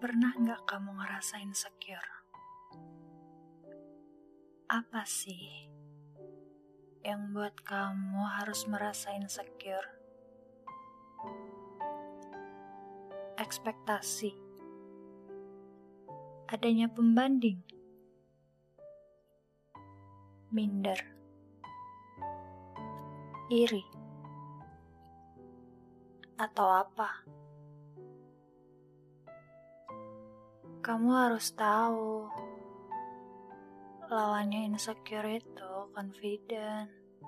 Pernah nggak kamu ngerasa insecure? Apa sih yang buat kamu harus merasa insecure? Ekspektasi, adanya pembanding, minder, iri, atau apa? Kamu harus tahu, lawannya insecure itu confident.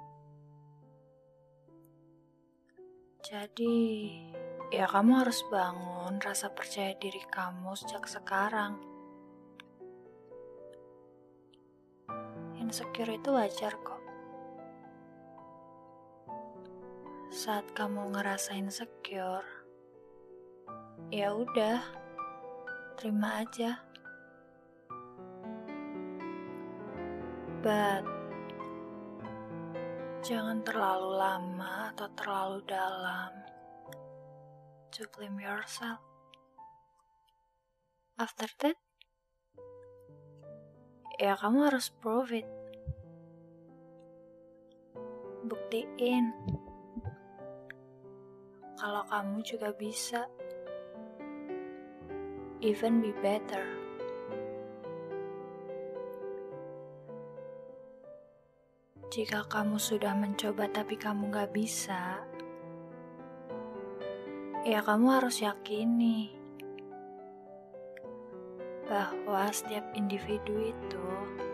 Jadi, ya kamu harus bangun rasa percaya diri kamu sejak sekarang. Insecure itu wajar kok. Saat kamu ngerasa insecure, ya udah, terima aja. But jangan terlalu lama atau terlalu dalam to blame yourself. After that, ya kamu harus prove it. Buktiin kalau kamu juga bisa. Even be better. Jika kamu sudah mencoba tapi kamu gak bisa, ya kamu harus yakini bahwa setiap individu itu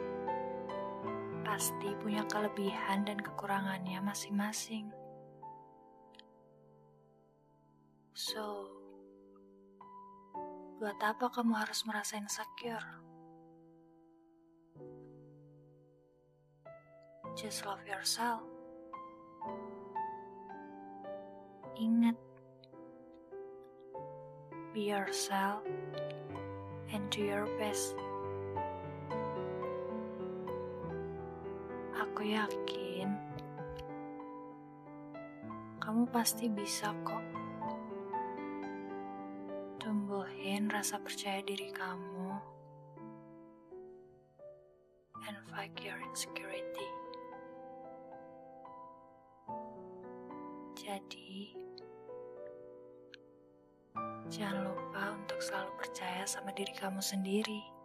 pasti punya kelebihan dan kekurangannya masing-masing. So, buat apa kamu harus merasa insecure? Just love yourself. Ingat, be yourself and do your best. Aku yakin kamu pasti bisa kok tumbuhin rasa percaya diri kamu and fight your insecurity. Jadi, jangan lupa untuk selalu percaya sama diri kamu sendiri.